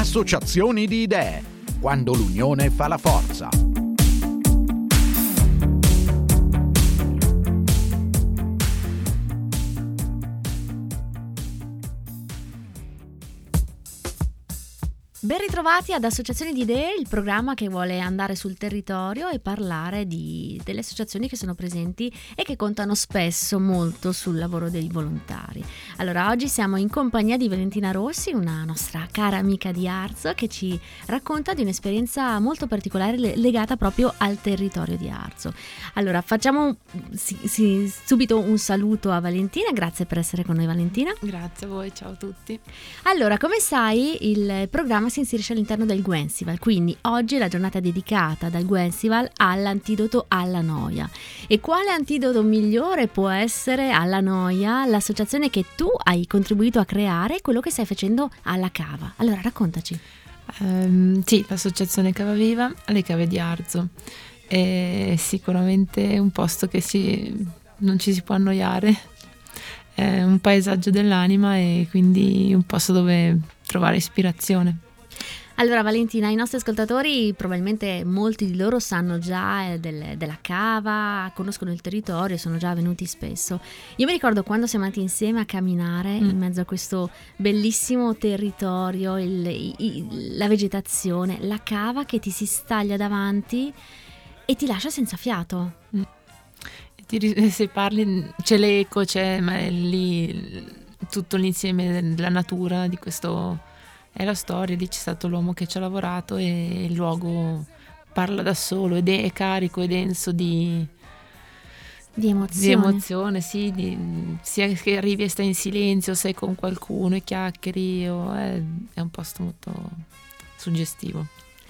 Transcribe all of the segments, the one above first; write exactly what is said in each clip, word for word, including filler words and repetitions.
Associazioni di idee, quando l'unione fa la forza. Ben ritrovati ad Associazioni di Idee, il programma che vuole andare sul territorio e parlare di, delle associazioni che sono presenti e che contano spesso molto sul lavoro dei volontari. Allora, oggi siamo in compagnia di Valentina Rossi, una nostra cara amica di Arzo, che ci racconta di un'esperienza molto particolare legata proprio al territorio di Arzo. Allora, facciamo sì, sì, subito un saluto a Valentina, grazie per essere con noi Valentina. Grazie a voi, ciao a tutti. Allora, come sai, il programma si inserisce all'interno del Guensival, quindi oggi è la giornata dedicata dal Guensival all'antidoto alla noia. E quale antidoto migliore può essere alla noia? L'associazione che tu hai contribuito a creare, quello che stai facendo alla Cava. Allora, raccontaci. Um, sì, l'associazione Cava Viva alle Cave di Arzo è sicuramente un posto che si, non ci si può annoiare, è un paesaggio dell'anima e quindi un posto dove trovare ispirazione. Allora Valentina, i nostri ascoltatori probabilmente molti di loro sanno già del, della Cava, conoscono il territorio, sono già venuti spesso. Io mi ricordo quando siamo andati insieme a camminare mm. in mezzo a questo bellissimo territorio, il, il, la vegetazione, la cava che ti si staglia davanti e ti lascia senza fiato. Mm. Ti, se parli c'è l'eco, c'è ma è lì tutto l'insieme della natura di questo. È la storia, lì c'è stato l'uomo che ci ha lavorato e il luogo parla da solo ed è carico e denso di, di emozione, di emozione sì, di, sia che arrivi e stai in silenzio, sei con qualcuno e chiacchieri, o è, è un posto molto suggestivo.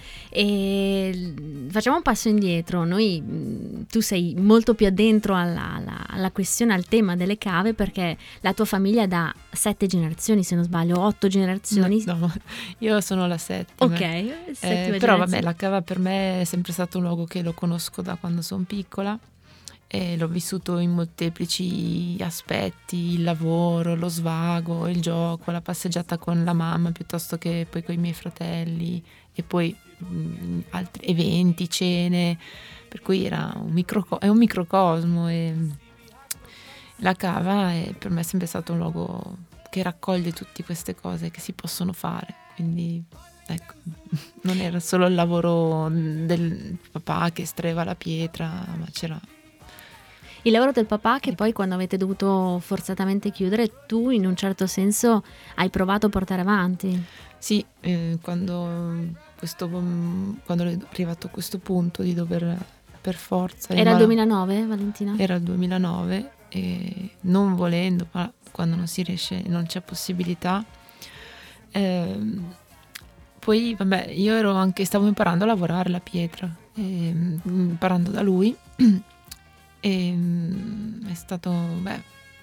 E facciamo un passo indietro. Noi, tu sei molto più addentro alla, alla, alla questione, al tema delle cave, perché la tua famiglia è da sette generazioni, se non sbaglio, otto generazioni. No, no, io sono la settima. Ok, eh, però vabbè, la cava per me è sempre stato un luogo che lo conosco da quando sono piccola e l'ho vissuto in molteplici aspetti: il lavoro, lo svago, il gioco, la passeggiata con la mamma piuttosto che poi con i miei fratelli e poi mh, altri eventi, cene, per cui era un micro, è un microcosmo e la cava è per me è sempre stato un luogo che raccoglie tutte queste cose che si possono fare, quindi ecco, non era solo il lavoro del papà che estraeva la pietra, ma c'era il lavoro del papà che poi, quando avete dovuto forzatamente chiudere, tu in un certo senso hai provato a portare avanti. Sì, eh, quando, questo, quando è arrivato a questo punto di dover per forza... Era il duemilanove, Valentina? Era il duemilanove e non volendo, ma quando non si riesce, non c'è possibilità. Eh, poi, vabbè, io ero anche, stavo imparando a lavorare la pietra, eh, imparando da lui. E è stato, beh,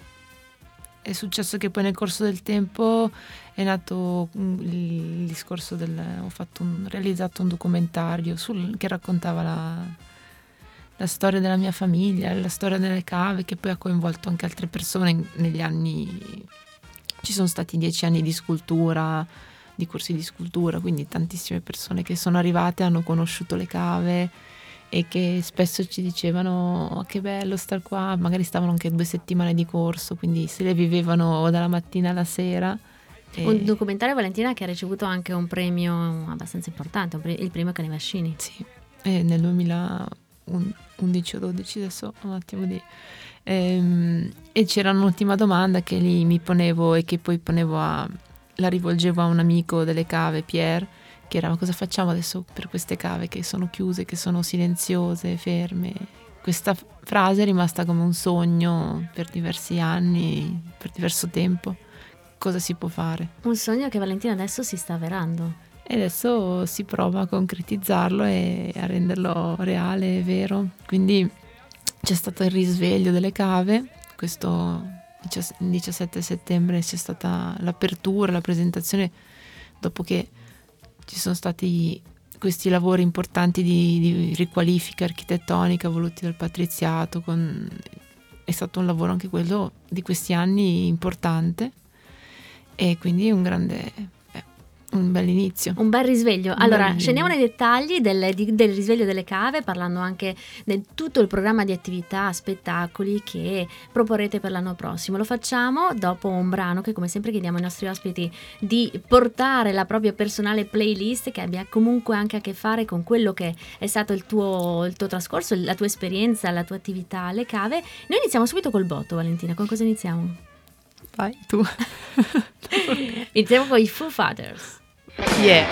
è successo che poi nel corso del tempo è nato il discorso del, ho fatto un, realizzato un documentario sul, che raccontava la, la storia della mia famiglia, la storia delle cave, che poi ha coinvolto anche altre persone negli anni. Ci sono stati dieci anni di scultura, di corsi di scultura, quindi tantissime persone che sono arrivate, hanno conosciuto le cave e che spesso ci dicevano oh, che bello star qua, magari stavano anche due settimane di corso, quindi se le vivevano dalla mattina alla sera. E... Un documentario, Valentina, che ha ricevuto anche un premio abbastanza importante, il premio Canevascini. Sì, e nel duemilaundici o dodici, adesso un attimo di... Ehm, e c'era un'ultima domanda che lì mi ponevo e che poi ponevo a... la rivolgevo a un amico delle cave, Pierre, che era: ma cosa facciamo adesso per queste cave che sono chiuse, che sono silenziose, ferme? Questa f- frase è rimasta come un sogno per diversi anni, per diverso tempo. Cosa si può fare? Un sogno che Valentina adesso si sta avverando. E adesso si prova a concretizzarlo e a renderlo reale, vero. Quindi c'è stato il risveglio delle cave, questo diciassette settembre c'è stata l'apertura, la presentazione, dopo che ci sono stati questi lavori importanti di, di riqualifica architettonica voluti dal patriziato, con, è stato un lavoro anche quello di questi anni importante e quindi un grande, beh, un bel inizio. Un bel risveglio. Un Allora, bel... scendiamo nei dettagli del, di, del risveglio delle cave, parlando anche di tutto il programma di attività, spettacoli che proporrete per l'anno prossimo. Lo facciamo dopo un brano che, come sempre, chiediamo ai nostri ospiti di portare la propria personale playlist che abbia comunque anche a che fare con quello che è stato il tuo, il tuo trascorso, la tua esperienza, la tua attività alle cave. Noi iniziamo subito col botto, Valentina. Con cosa iniziamo? Vai, tu. Iniziamo con i Foo Fighters. Yeah.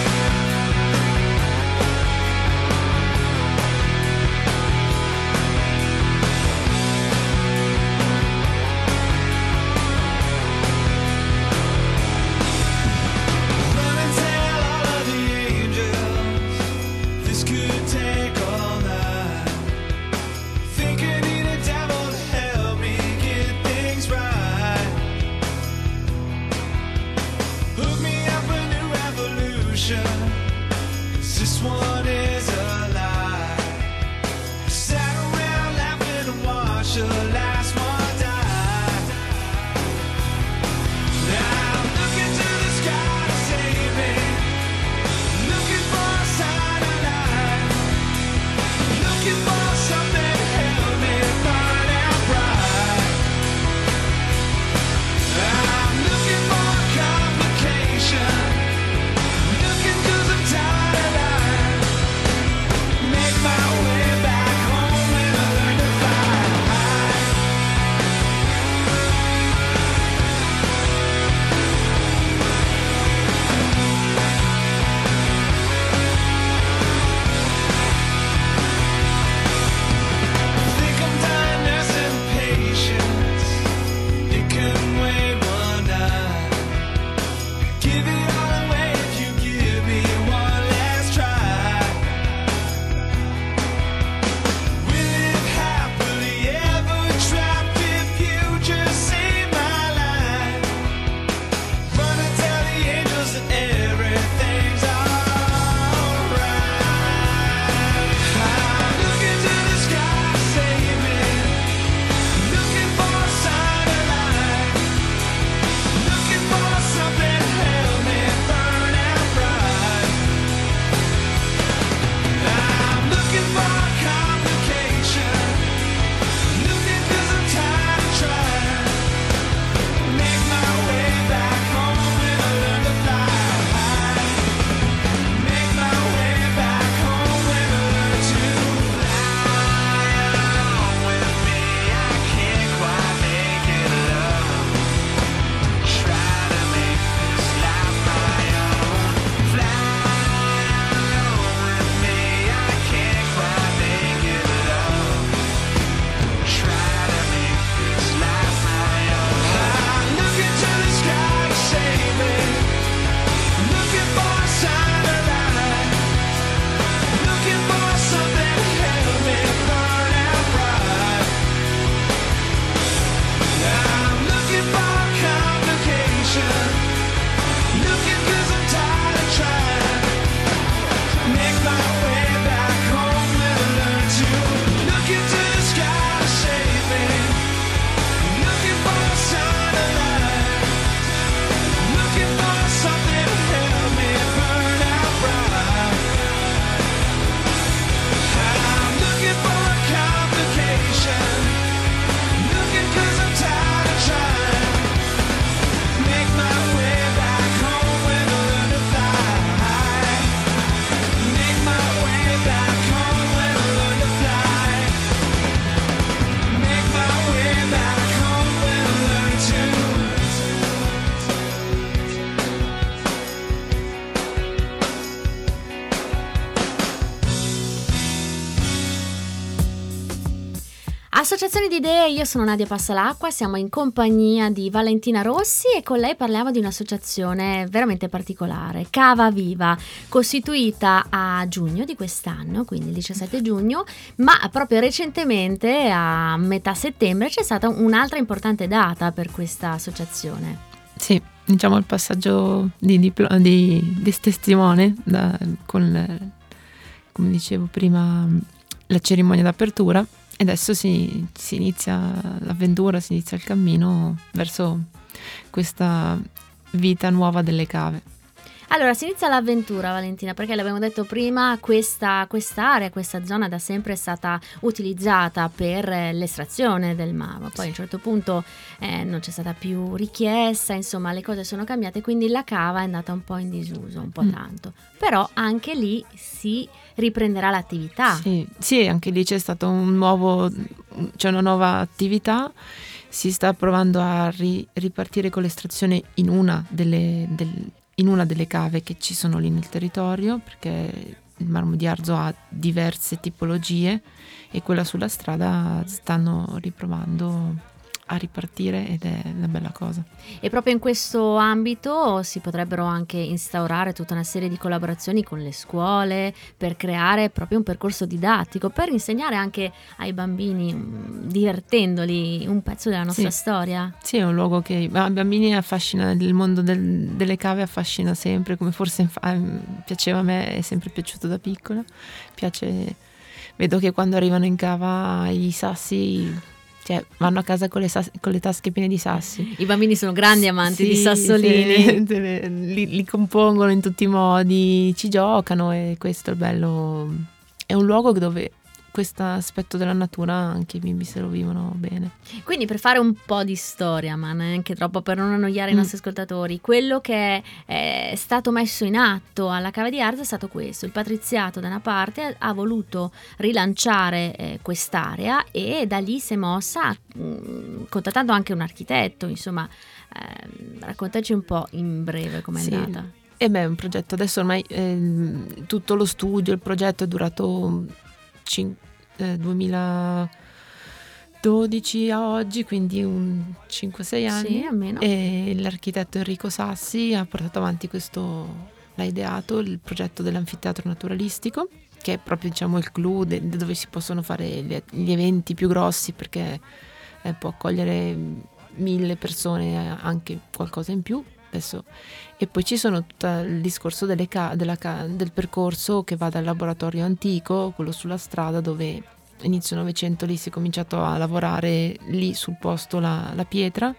Associazione di idee, io sono Nadia Passalacqua, siamo in compagnia di Valentina Rossi e con lei parliamo di un'associazione veramente particolare, Cava Viva, costituita a giugno di quest'anno, quindi il diciassette giugno, ma proprio recentemente a metà settembre c'è stata un'altra importante data per questa associazione. Sì, diciamo il passaggio di, diplo- di, di testimone da, con, come dicevo prima, la cerimonia d'apertura. E adesso si, si inizia l'avventura, si inizia il cammino verso questa vita nuova delle cave. Allora, si inizia l'avventura, Valentina, perché l'abbiamo detto prima, questa quest'area, questa zona da sempre è stata utilizzata per eh, l'estrazione del marmo, poi a un certo punto eh, non c'è stata più richiesta, insomma le cose sono cambiate, quindi la cava è andata un po' in disuso, un po' Mm. tanto, però anche lì si riprenderà l'attività. Sì, sì, anche lì c'è stato un nuovo, c'è una nuova attività, si sta provando a ri- ripartire con l'estrazione in una delle, del- in una delle cave che ci sono lì nel territorio, perché il marmo di Arzo ha diverse tipologie e quella sulla strada stanno riprovando a ripartire ed è una bella cosa. E proprio in questo ambito si potrebbero anche instaurare tutta una serie di collaborazioni con le scuole per creare proprio un percorso didattico, per insegnare anche ai bambini, mm, divertendoli, un pezzo della nostra Sì. storia. Sì, è un luogo che ai bambini affascina, il mondo del- delle cave affascina sempre, come forse fa- ehm, piaceva a me, è sempre piaciuto da piccola. Piace, vedo che quando arrivano in cava i sassi, cioè vanno a casa con le, sas- con le tasche piene di sassi. I bambini sono grandi amanti di Sì, sassolini. sì, li, li compongono in tutti i modi, ci giocano e questo è il bello. È un luogo dove questo aspetto della natura anche i bimbi se lo vivono bene. Quindi per fare un po' di storia, ma neanche troppo per non annoiare i Mm. nostri ascoltatori, quello che è stato messo in atto alla Cava di Arzo è stato questo: il patriziato da una parte ha voluto rilanciare eh, quest'area e da lì si è mossa mh, contattando anche un architetto, insomma, ehm, raccontaci un po' in breve com'è Sì. andata. E beh, è un progetto, adesso ormai ehm, tutto lo studio, il progetto è durato cin- eh, duemiladodici a oggi, quindi un cinque sei anni. Sì, almeno. E l'architetto Enrico Sassi ha portato avanti questo, l'ha ideato, il progetto dell'anfiteatro naturalistico, che è proprio diciamo il clou de- de- dove si possono fare gli, gli eventi più grossi, perché eh, può accogliere mille persone, eh, anche qualcosa in più. Adesso. E poi ci sono tutto il discorso delle ca- della ca- del percorso che va dal laboratorio antico, quello sulla strada, dove inizio Novecento lì si è cominciato a lavorare lì sul posto la, la pietra,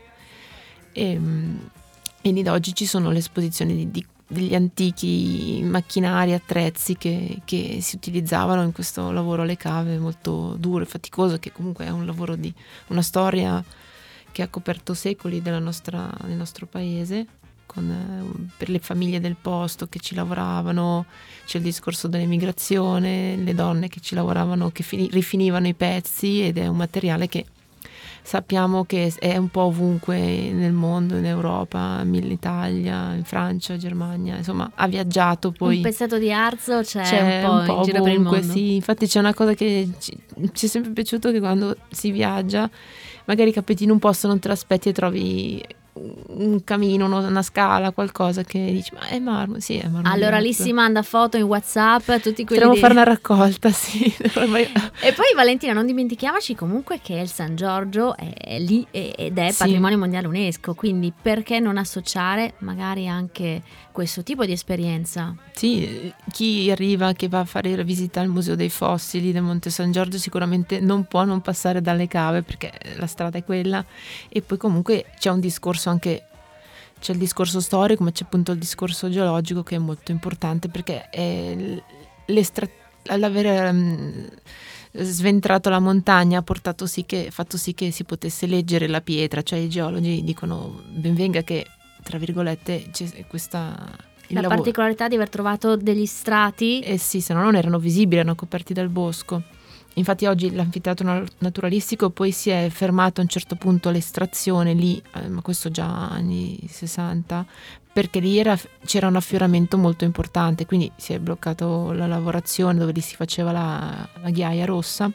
e, mm, e lì da oggi ci sono le esposizioni di, di- degli antichi macchinari, attrezzi che, che si utilizzavano in questo lavoro alle cave molto duro e faticoso, che comunque è un lavoro di una storia che ha coperto secoli della nostra, del nostro paese, con, eh, per le famiglie del posto che ci lavoravano. C'è il discorso dell'emigrazione, le donne che ci lavoravano, che fini- rifinivano i pezzi, ed è un materiale che sappiamo che è un po' ovunque nel mondo, in Europa, in Italia, in Francia, Germania, insomma ha viaggiato poi. Un pezzetto di Arzo c'è, C'è un po', in giro per il ovunque, mondo. sì. Infatti c'è una cosa che ci, ci è sempre piaciuto, che quando si viaggia magari capiti in un posto, non te l'aspetti e trovi un camino, uno- una scala, qualcosa che dici ma è marmo, sì è marmo. Allora di lì Arzo. si manda foto in WhatsApp, tutti quelli Potremmo di... fare una raccolta, sì. E poi Valentina, non dimentichiamoci comunque che il San Giorgio è, è lì e- ed è Sì. patrimonio mondiale UNESCO, quindi perché non associare magari anche questo tipo di esperienza? Sì, chi arriva, che va a fare la visita al Museo dei Fossili del Monte San Giorgio, sicuramente non può non passare dalle cave, perché la strada è quella. E poi comunque c'è un discorso anche, c'è il discorso storico, ma c'è appunto il discorso geologico, che è molto importante, perché è l- l'estra- l'aver um, sventrato la montagna ha portato sì che, fatto sì che si potesse leggere la pietra, cioè i geologi dicono ben venga che, tra virgolette, c'è questa... il La lavoro. particolarità di aver trovato degli strati. Eh sì, se no non erano visibili, erano coperti dal bosco. Infatti oggi l'anfiteatro na- naturalistico poi si è fermato a un certo punto all'estrazione lì, eh, ma questo già anni sessanta, perché lì era- c'era un affioramento molto importante, quindi si è bloccato la lavorazione dove lì si faceva la, la ghiaia rossa,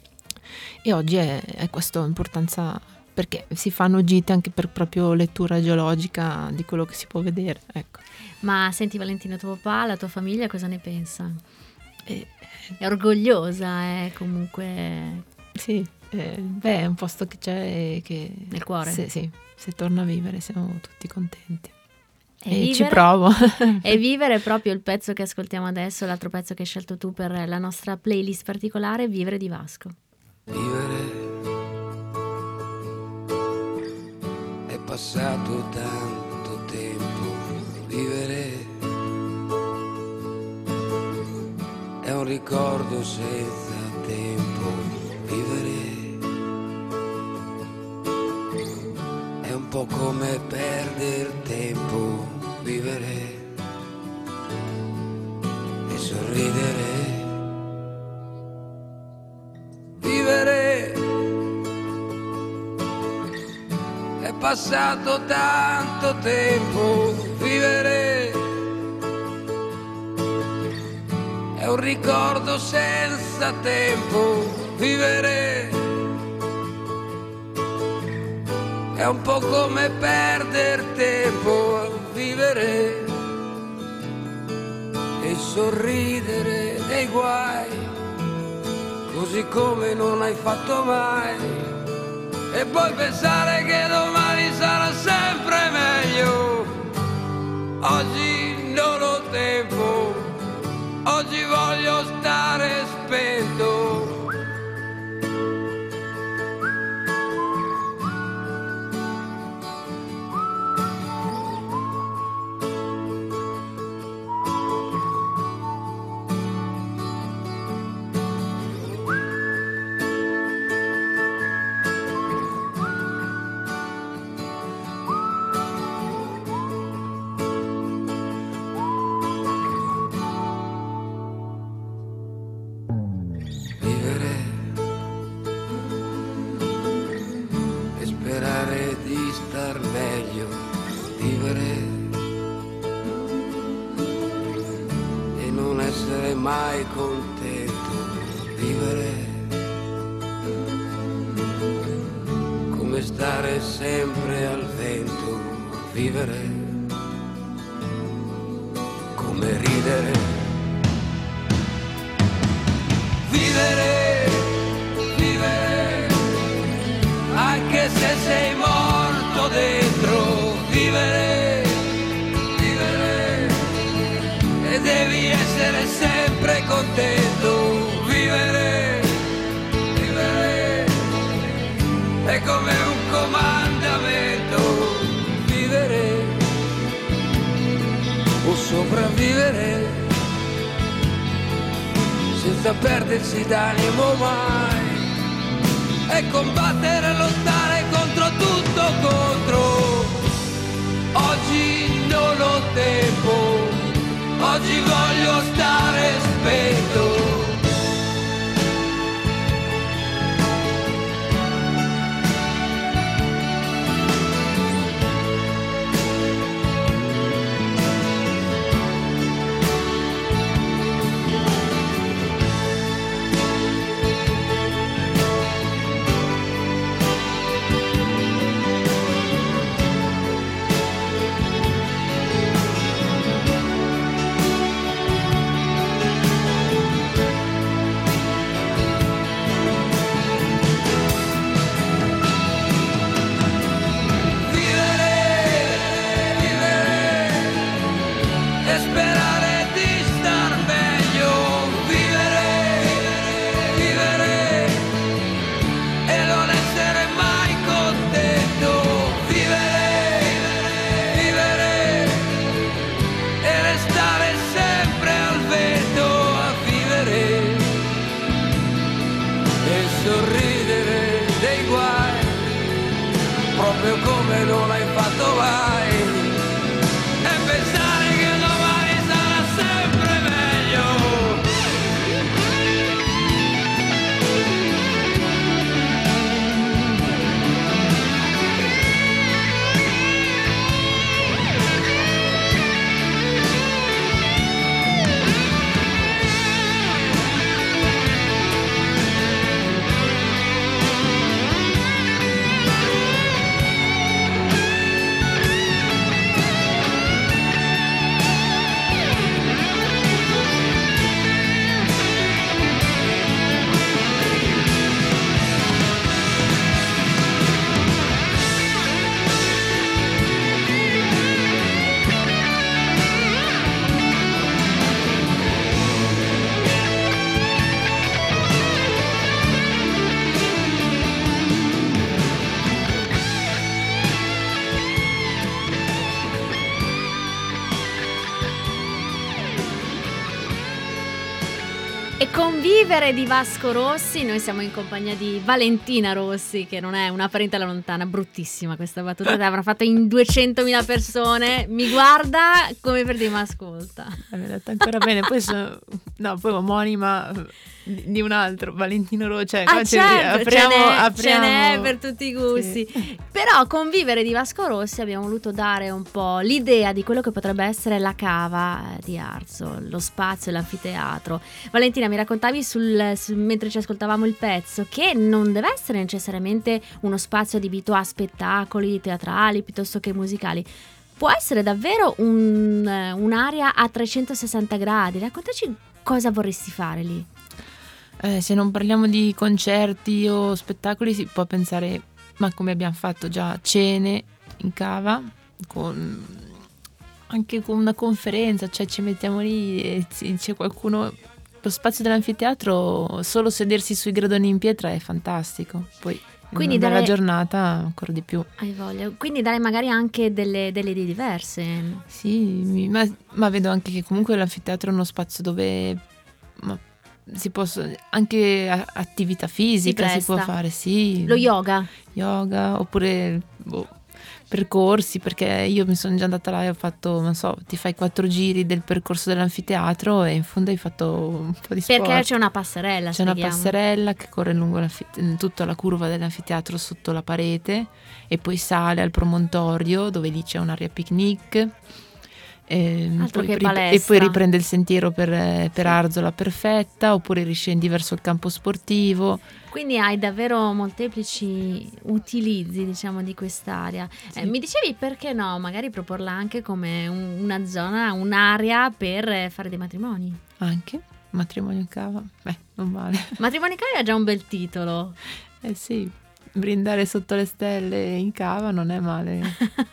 e oggi è, è questa importanza, perché si fanno gite anche per proprio lettura geologica di quello che si può vedere, ecco. Ma senti Valentina, tuo papà, la tua famiglia cosa ne pensa? E- È orgogliosa, è comunque Sì, eh, beh, è un posto che c'è e che nel cuore. se, sì, se torna a vivere siamo tutti contenti. E E, vivere- ci provo. E vivere proprio il pezzo che ascoltiamo adesso, l'altro pezzo che hai scelto tu per la nostra playlist particolare, Vivere di Vasco. Vivere è passato tanto tempo, vivere ricordo senza tempo. Vivere è un po' come perdere tempo. Vivere e sorridere. Vivere è passato tanto tempo. Vivere è un ricordo senza tempo. Vivere è un po' come perdere tempo. Vivere e sorridere dei guai, così come non hai fatto mai, e poi pensare che domani sarà sempre meglio. Oggi non ho tempo, oggi voglio stare spento. Mai contento. Vivere come stare sempre al vento. Vivere come ridere. Vivere, vivere anche se sei morto dentro. Vivere, vivere e devi essere sempre contento. Vivere, vivere è come un comandamento. Vivere o sopravvivere senza perdersi d'animo mai, e combattere e lottare contro tutto contro. Oggi non ho tempo, oggi voglio stare spento. Come non hai fatto mai, e pensare che domani sarà sempre meglio. E Convivere di Vasco Rossi, noi siamo in compagnia di Valentina Rossi, che non è una parente alla lontana, bruttissima questa battuta, l'avrà fatta in duecentomila persone, mi guarda come per dire ma ascolta. Mi ha detto ancora bene, poi sono, no, poi omonima di un altro, Valentino Rossi, cioè, ah, certo, apriamo, ce, n'è, apriamo... ce n'è per tutti i gusti, sì. Però Convivere di Vasco Rossi abbiamo voluto dare un po' l'idea di quello che potrebbe essere la cava di Arzo, lo spazio, l'anfiteatro. Valentina, mi raccontavi sul, sul, mentre ci ascoltavamo il pezzo, che non deve essere necessariamente uno spazio adibito a spettacoli teatrali piuttosto che musicali. Può essere davvero un, un'area a trecentosessanta gradi. Raccontaci cosa vorresti fare lì. Eh, se non parliamo di concerti o spettacoli, si può pensare, ma come abbiamo fatto già, cene in cava, con, anche con una conferenza, cioè ci mettiamo lì e c'è qualcuno. Lo spazio dell'anfiteatro, solo sedersi sui gradoni in pietra è fantastico. Poi quindi una bella dare... giornata ancora di più. Hai voglia. Quindi dare magari anche delle, delle idee diverse. Sì, ma, ma vedo anche che comunque l'anfiteatro è uno spazio dove ma, si possono anche attività fisica si, si può fare, sì. Lo yoga. Yoga, oppure boh, percorsi, perché io mi sono già andata là e ho fatto, non so, ti fai quattro giri del percorso dell'anfiteatro e in fondo hai fatto un po' di sport. Perché c'è una passerella, c'è spieghiamo. una passerella che corre lungo tutta la curva dell'anfiteatro sotto la parete e poi sale al promontorio dove lì c'è un'area picnic. E Altro poi, che palestra. E poi riprende il sentiero per, per sì. Arzola perfetta, oppure riscendi verso il campo sportivo. Quindi hai davvero molteplici utilizzi, diciamo, di quest'area. Sì. Eh, mi dicevi perché no, magari proporla anche come un, una zona, un'area per fare dei matrimoni. Anche matrimonio in cava, beh, non male. Matrimonio in cava è già un bel titolo. Eh sì, brindare sotto le stelle in cava non è male.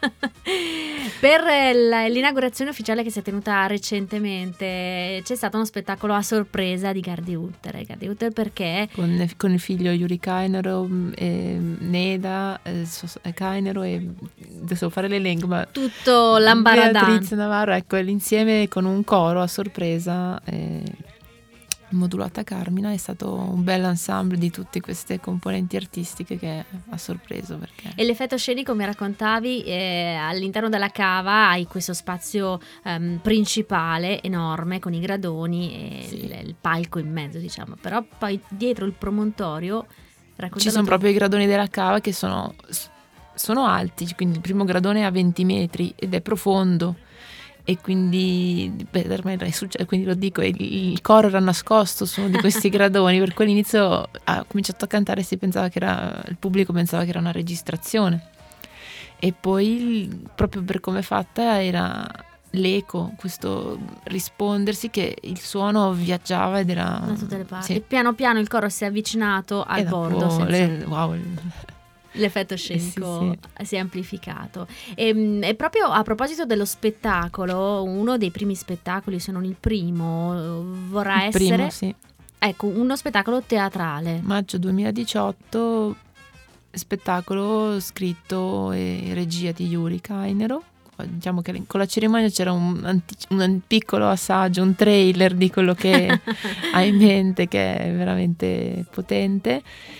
Per l'inaugurazione ufficiale che si è tenuta recentemente c'è stato uno spettacolo a sorpresa di Gardi Utter. Gardi Utter perché? Con, con il figlio Yuri Kainero, e Neda, e Kainero e adesso fare l'elenco, ma tutto l'ambaradan. Beatrice Navarro, ecco, l'insieme con un coro a sorpresa. E... modulata Carmina, è stato un bel ensemble di tutte queste componenti artistiche che ha sorpreso. Perché... E l'effetto scenico, mi raccontavi, eh, all'interno della cava hai questo spazio um, principale enorme con i gradoni e sì. il, il palco in mezzo, diciamo, però poi dietro il promontorio ci sono proprio i gradoni della cava che sono, sono alti, quindi il primo gradone ha venti metri ed è profondo. E quindi, beh, per me è successo, quindi lo dico, il, il coro era nascosto su uno di questi gradoni, per cui all'inizio ha cominciato a cantare e si pensava che era, il pubblico pensava che era una registrazione, e poi proprio per come è fatta era l'eco, questo rispondersi, che il suono viaggiava ed era da tutte le parti. Sì. E piano piano il coro si è avvicinato al e bordo, senza... le, wow, l'effetto scenico eh sì, sì. si è amplificato. E, e proprio a proposito dello spettacolo, uno dei primi spettacoli, se non il primo, vorrà il essere primo, sì. ecco, uno spettacolo teatrale. Maggio duemiladiciotto, spettacolo scritto e regia di Yuri Kainero. Diciamo che con la cerimonia c'era un, antic- un piccolo assaggio, un trailer di quello che ha in mente, che è veramente potente.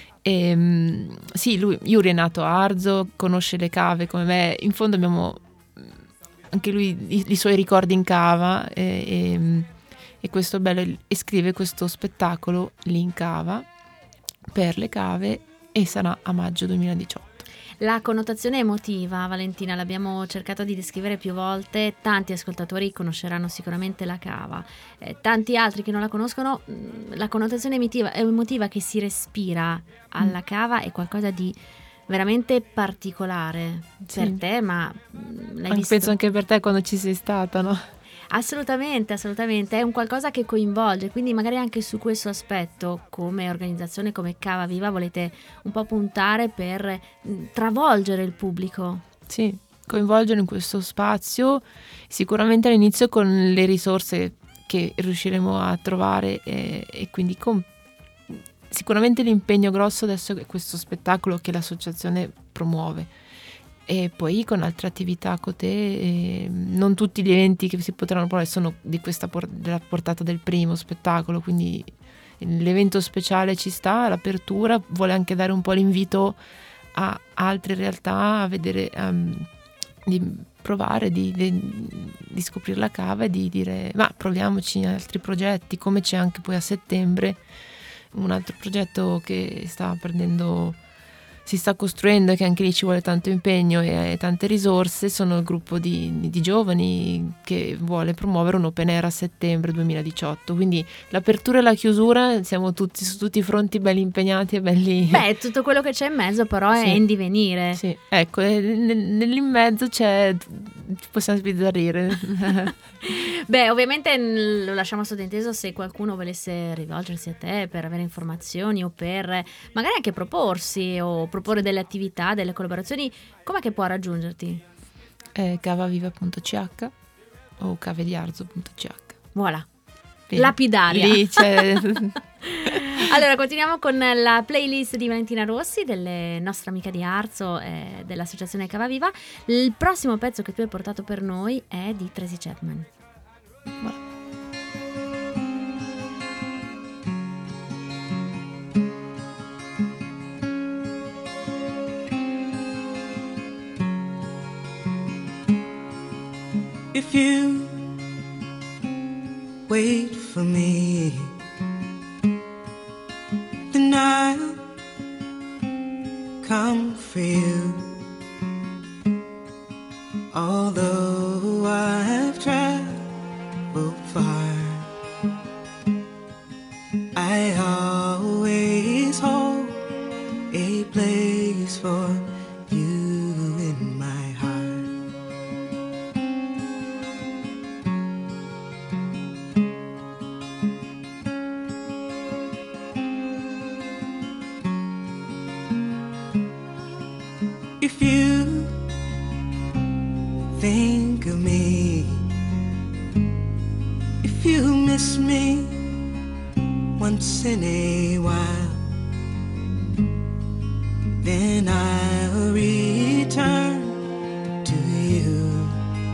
E, sì, lui, Yuri è nato a Arzo, conosce le cave come me, in fondo abbiamo anche lui i, i suoi ricordi in cava, e, e, e questo è bello, e scrive questo spettacolo lì in cava per le cave, e sarà a maggio duemiladiciotto. La connotazione emotiva, Valentina, l'abbiamo cercato di descrivere più volte. Tanti ascoltatori conosceranno sicuramente la cava, eh, tanti altri che non la conoscono. La connotazione emotiva, emotiva che si respira alla mm. cava è qualcosa di veramente particolare sì. per te, ma l'hai anche, visto? Penso anche per te quando ci sei stata, no? Assolutamente, assolutamente, è un qualcosa che coinvolge, quindi magari anche su questo aspetto, come organizzazione, come Cava Viva, volete un po' puntare per travolgere il pubblico. Sì, coinvolgere in questo spazio, sicuramente all'inizio con le risorse che riusciremo a trovare, e, e quindi con sicuramente l'impegno grosso adesso è questo spettacolo che l'associazione promuove. e poi con altre attività con te. E non tutti gli eventi che si potranno provare sono di questa por- della portata del primo spettacolo, quindi l'evento speciale ci sta, l'apertura vuole anche dare un po' l'invito a altre realtà a vedere, um, di provare, di, di, di scoprire la cava e di dire ma proviamoci altri progetti, come c'è anche poi a settembre un altro progetto che sta prendendo, si sta costruendo e che anche lì ci vuole tanto impegno e, e tante risorse. Sono il gruppo di, di giovani che vuole promuovere un open air a settembre duemiladiciotto, quindi l'apertura e la chiusura siamo tutti su tutti i fronti belli impegnati e belli. Beh, tutto quello che c'è in mezzo però è sì. in divenire. Sì, ecco, nell'inmezzo c'è, possiamo sbizzarrire. Beh, ovviamente lo lasciamo sottinteso se qualcuno volesse rivolgersi a te per avere informazioni o per magari anche proporsi o proporre delle attività, delle collaborazioni, com'è che può raggiungerti? Eh, cavaviva punto c h o cavediarzo punto c h. Voilà. Bene. Lapidaria. Lì c'è. Allora, continuiamo con la playlist di Valentina Rossi, delle nostre amiche di Arzo e dell'associazione Cavaviva. Il prossimo pezzo che tu hai portato per noi è di Tracy Chapman. Voilà. If you wait for me, then I'll come for you. Although I've traveled far, I always hold a place for you in my heart. If you think of me, if you miss me once in a while, then I'll return to you.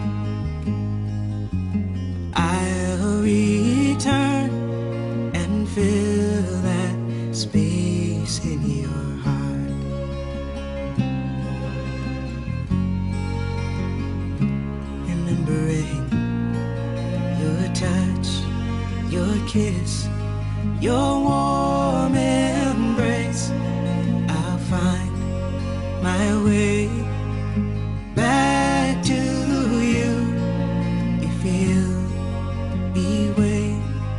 I'll return and fill that space in your heart. Your touch, your kiss, your warm embrace, I'll find my way back to you if you'll be waiting.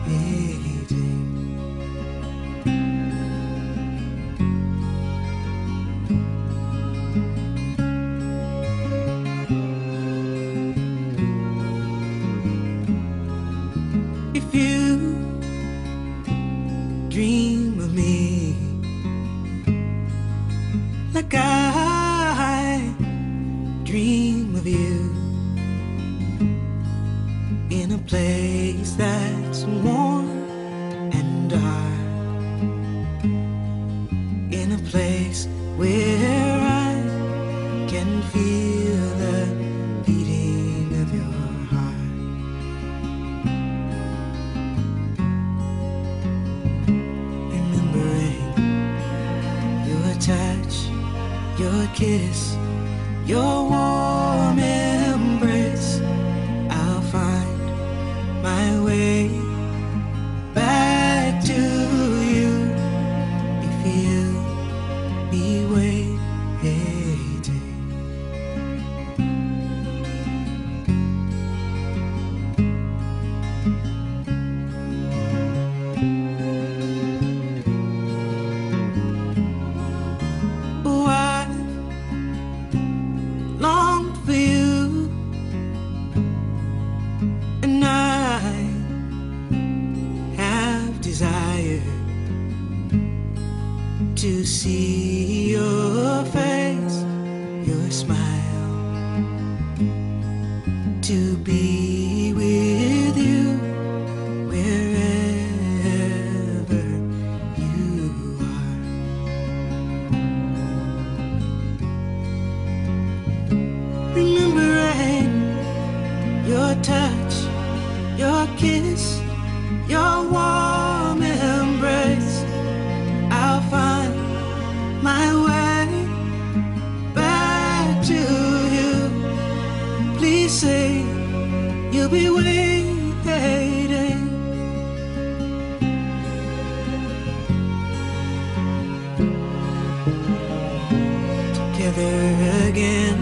If you dream of me like I dream of you, in a place that's warm and dark, in a place where I can feel the beating of your heart. Touch, your kiss, your warm embrace, I'll find my way back to you if you'll be waiting. To see your face, your smile, to be with you wherever you are. kiss, your warm embrace, I'll find my way back to you. Please say you'll be waiting. Together again,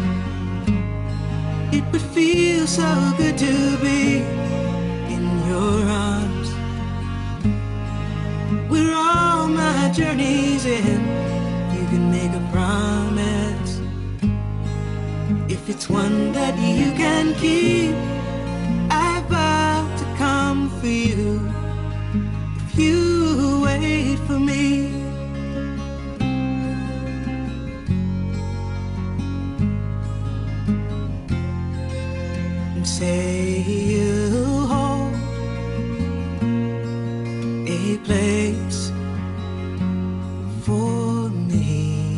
it would feel so good to be in your arms. We're all my journeys in. You can make a promise, if it's one that you can keep. I vow to come for you if you wait for me. And say you'll hold a place for me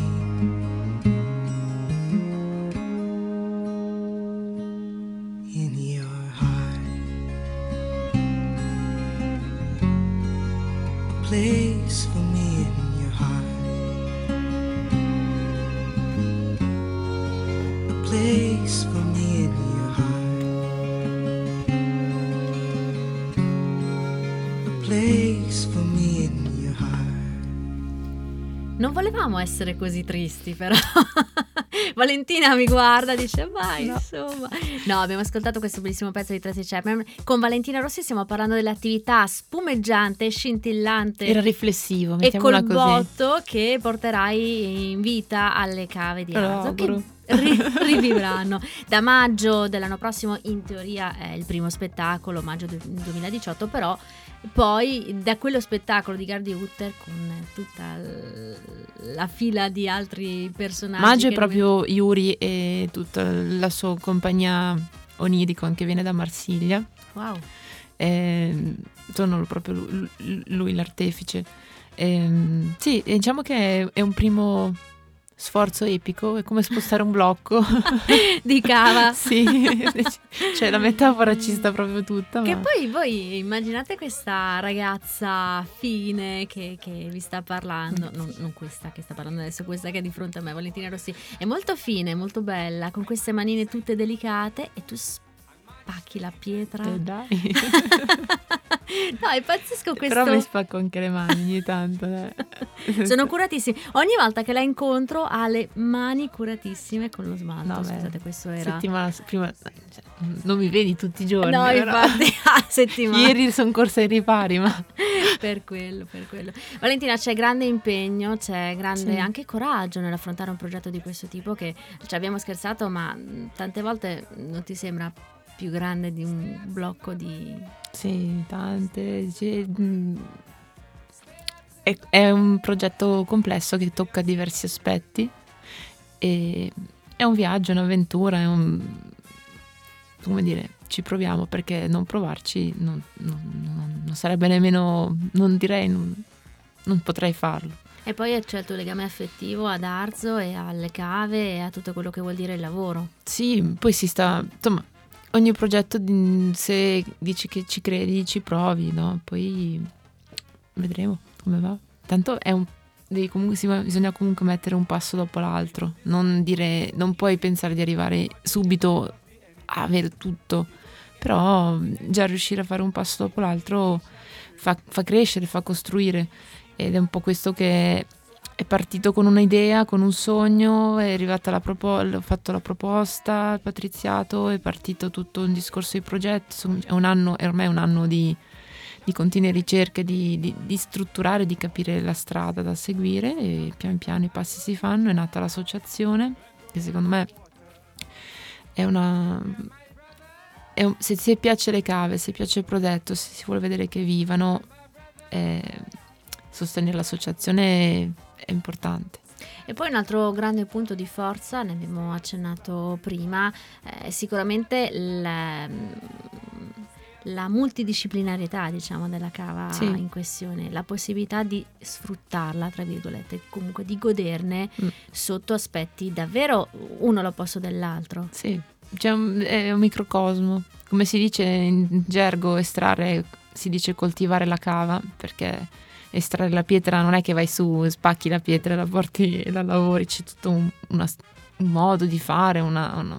in your heart, a place for me in your heart, a place for me in your heart, a place for me in your heart. Non volevamo essere così tristi, però. Valentina mi guarda, dice vai, No. insomma. No, abbiamo ascoltato questo bellissimo pezzo di Tracy Chapman. Con Valentina Rossi stiamo parlando dell'attività spumeggiante, scintillante Era riflessivo, e mettiamola col così. botto che porterai in vita alle cave di Lo Arzo, che auguro. ri- rivivranno. Da maggio dell'anno prossimo, in teoria, è il primo spettacolo, maggio del duemiladiciotto, però poi da quello spettacolo di Gardi Utter, con tutta l- la fila di altri personaggi. Maggio è che proprio Yuri e tutta la sua compagnia Oniricon che viene da Marsiglia. Wow. Eh, sono proprio lu- lu- lui l'artefice. Ehm, sì, diciamo che è, è un primo sforzo epico, è come spostare un blocco. Di cava. Sì, cioè la metafora ci sta proprio tutta. Che ma- poi voi immaginate questa ragazza fine che, che vi sta parlando, non, non questa che sta parlando adesso, questa che è di fronte a me, Valentina Rossi, è molto fine, molto bella, con queste manine tutte delicate e tu spacchi la pietra. Eh, dai. No, è pazzesco questo. Però mi spacco anche le mani ogni tanto. eh. Sono curatissimi. Ogni volta che la incontro ha le mani curatissime con lo smalto. No, beh, Scusate, questo era. settimana s- prima, cioè, non mi vedi tutti i giorni. No, però- infatti, a settimana. Ieri sono corsa ai ripari, ma per quello, per quello. Valentina, c'è grande impegno, c'è grande Sì. anche coraggio nell'affrontare un progetto di questo tipo che ci abbiamo scherzato, ma mh, tante volte non ti sembra più grande di un blocco di... sì, tante. Cioè, mh, è, è un progetto complesso che tocca diversi aspetti. E è un viaggio, è un'avventura, è un, come dire, ci proviamo, perché non provarci non, non- non- non sarebbe nemmeno, non direi, non, non potrei farlo. E poi c'è il tuo legame affettivo ad Arzo e alle cave e a tutto quello che vuol dire il lavoro. Sì, poi si sta, insomma, ogni progetto, di- se dici che ci credi, ci provi, no? Poi vedremo come va. Tanto è un, devi comunque, si va- bisogna comunque mettere un passo dopo l'altro, non dire, non puoi pensare di arrivare subito a avere tutto, però già riuscire a fare un passo dopo l'altro fa, fa crescere, fa costruire, ed è un po' questo che è partito con un'idea, con un sogno, è arrivata la proposta, ho fatto la proposta, il patriziato, è partito tutto un discorso di progetto, insomma, è un anno, è ormai un anno di, di continue ricerche, di, di, di strutturare, di capire la strada da seguire, e pian piano i passi si fanno. È nata l'associazione, che secondo me è una... è un- se ti piace le cave, se piace il progetto, se si vuole vedere che vivano, eh, sostenere l'associazione è importante. E poi un altro grande punto di forza, ne abbiamo accennato prima, è sicuramente la, la multidisciplinarietà, diciamo, della cava Sì. in questione, la possibilità di sfruttarla, tra virgolette, comunque di goderne Mm. sotto aspetti davvero uno all'opposto dell'altro. Sì, c'è un, è un microcosmo. Come si dice in gergo, estrarre, si dice coltivare la cava, perché estrarre la pietra non è che vai su, spacchi la pietra e la porti e la lavori, c'è tutto un, una, un modo di fare, una, una,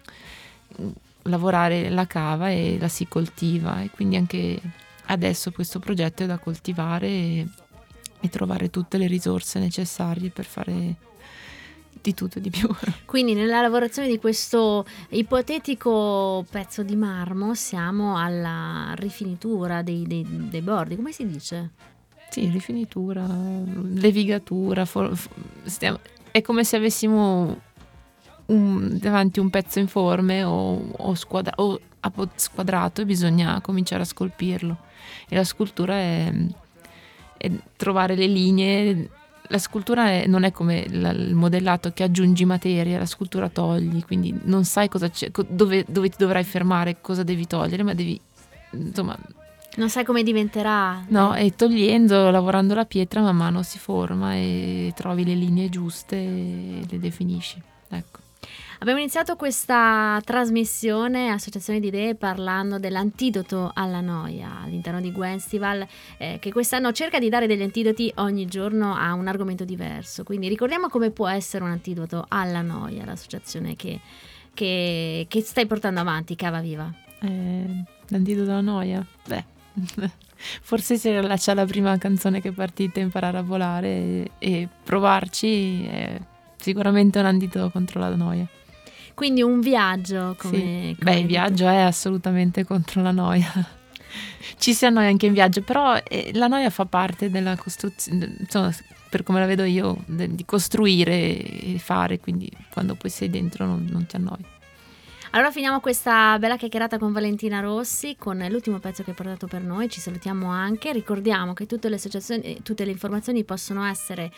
lavorare la cava e la si coltiva, e quindi anche adesso questo progetto è da coltivare e, e trovare tutte le risorse necessarie per fare di tutto e di più. Quindi nella lavorazione di questo ipotetico pezzo di marmo siamo alla rifinitura dei, dei, dei bordi, come si dice? Sì, rifinitura, levigatura, for, stiamo, è come se avessimo un, davanti un pezzo informe o, o, squadra, o squadrato, e bisogna cominciare a scolpirlo, e la scultura è, è trovare le linee. La scultura è, non è come la, il modellato che aggiungi materia, la scultura togli, quindi non sai cosa c'è, dove, dove ti dovrai fermare, cosa devi togliere, ma devi, insomma, non sai come diventerà. No, e togliendo, lavorando la pietra, man mano si forma e trovi le linee giuste e le definisci. Ecco. Abbiamo iniziato questa trasmissione Associazione di Idee parlando dell'antidoto alla noia all'interno di Gwenstival, eh, che quest'anno cerca di dare degli antidoti ogni giorno a un argomento diverso. Quindi ricordiamo come può essere un antidoto alla noia, l'associazione che, che, che stai portando avanti, Cava Viva. Eh, l'antidoto alla noia? Beh, forse se c'è la prima canzone che partite, Imparare a volare, e, e provarci è sicuramente un antidoto contro la noia. Quindi un viaggio come, sì. come Beh, il viaggio è assolutamente contro la noia. Ci si annoia anche in viaggio, però eh, la noia fa parte della costruzione, insomma, per come la vedo io, de, di costruire e fare, quindi quando poi sei dentro non, non ti annoi. Allora finiamo questa bella chiacchierata con Valentina Rossi con l'ultimo pezzo che hai portato per noi. Ci salutiamo anche, ricordiamo che tutte le associazioni, tutte le informazioni possono essere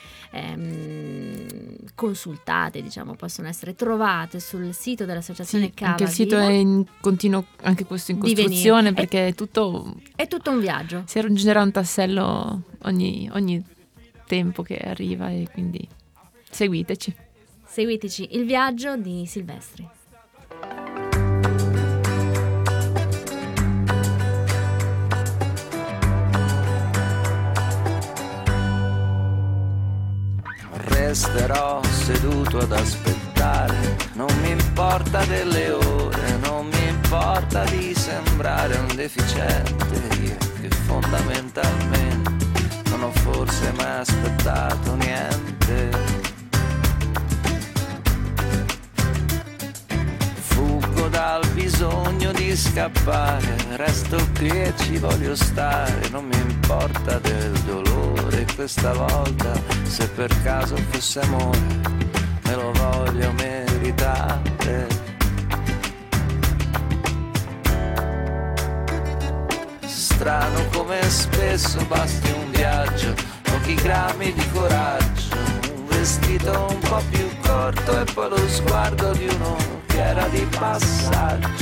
ehm, consultate, diciamo, possono essere trovate sul sito dell'associazione sì, Cava anche il sito Viva. È in continuo, anche questo in costruzione, perché è, è tutto è tutto un viaggio. Si aggiungerà un tassello ogni, ogni tempo che arriva, e quindi seguiteci. Seguiteci, Il viaggio di Silvestri. Resterò seduto ad aspettare, non mi importa delle ore, non mi importa di sembrare un deficiente, io che fondamentalmente non ho forse mai aspettato niente. Fuggo dal bisogno di scappare, resto qui e ci voglio stare, non mi importa del dolore questa volta, se per caso fosse amore me lo voglio meritare. Strano come spesso basti un viaggio, pochi grammi di coraggio, un vestito un po' più corto e poi lo sguardo di uno che era di passaggio.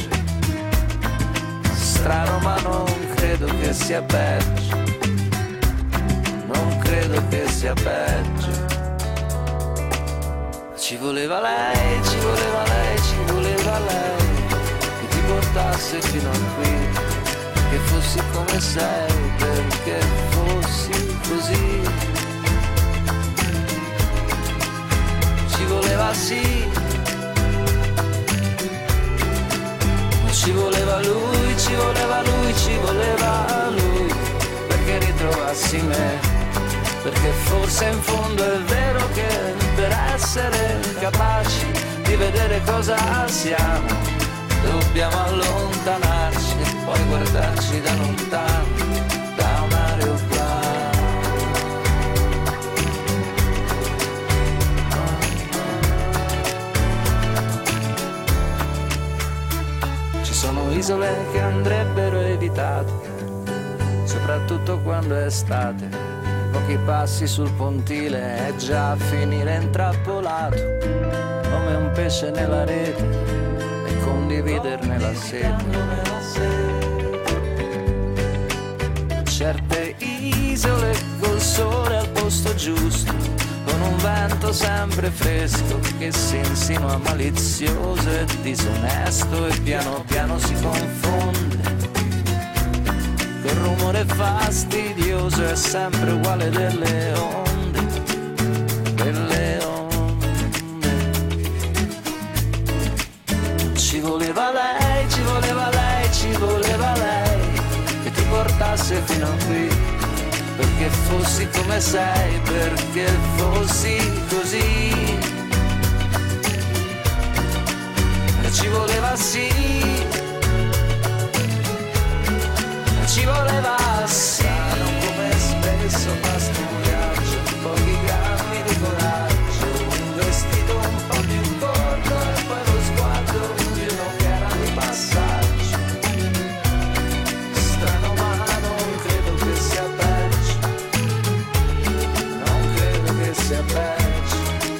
Strano ma non credo che sia peggio, non credo che sia peggio. Ci voleva lei, ci voleva lei, ci voleva lei, che ti portasse fino a qui, che fossi come sei, perché fossi così. Ci voleva sì, ma ci voleva lui, ci voleva lui, ci voleva lui, perché ritrovassi me, perché forse in fondo è vero che per essere capaci di vedere cosa siamo dobbiamo allontanarci e poi guardarci da lontano, da un aeroplano. Ci sono isole che andrebbero evitate, soprattutto quando è estate. Pochi passi sul pontile è già a finire intrappolato, come un pesce nella rete, e condividerne la sete. Certe isole col sole al posto giusto, con un vento sempre fresco che si insinua malizioso e disonesto e piano piano si confonde. Quel rumore fastidioso è sempre uguale delle onde, delle onde. Ci voleva lei, ci voleva lei, ci voleva lei, che ti portasse fino a qui, perché fossi come sei, perché fossi così. E ci voleva sì, ci voleva sì, non come spesso basta un viaggio, pochi grammi di coraggio, un vestito un po' più corto e poi lo sguardo di uno che era di passaggio. Strano ma non credo che sia peggio, non credo che sia peggio.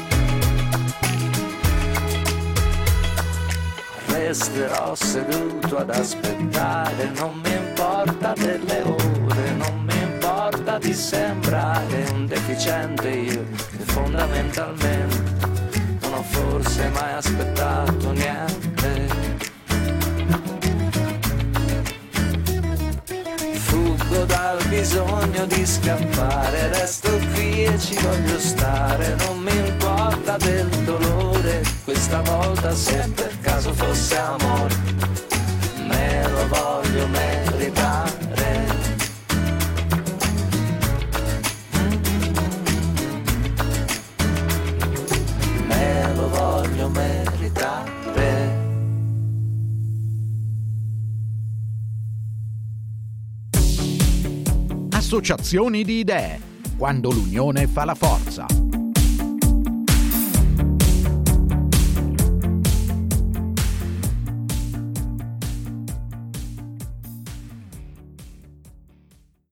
Resterò seduto ad aspettare, non mi importa delle ore, non mi importa di sembrare un deficiente io, che fondamentalmente non ho forse mai aspettato niente. Fuggo dal bisogno di scappare, resto qui e ci voglio stare, non mi importa del dolore, questa volta se per caso fosse amore, me lo voglio meritare. Me lo voglio meritare. Associazioni di idee, quando l'unione fa la forza.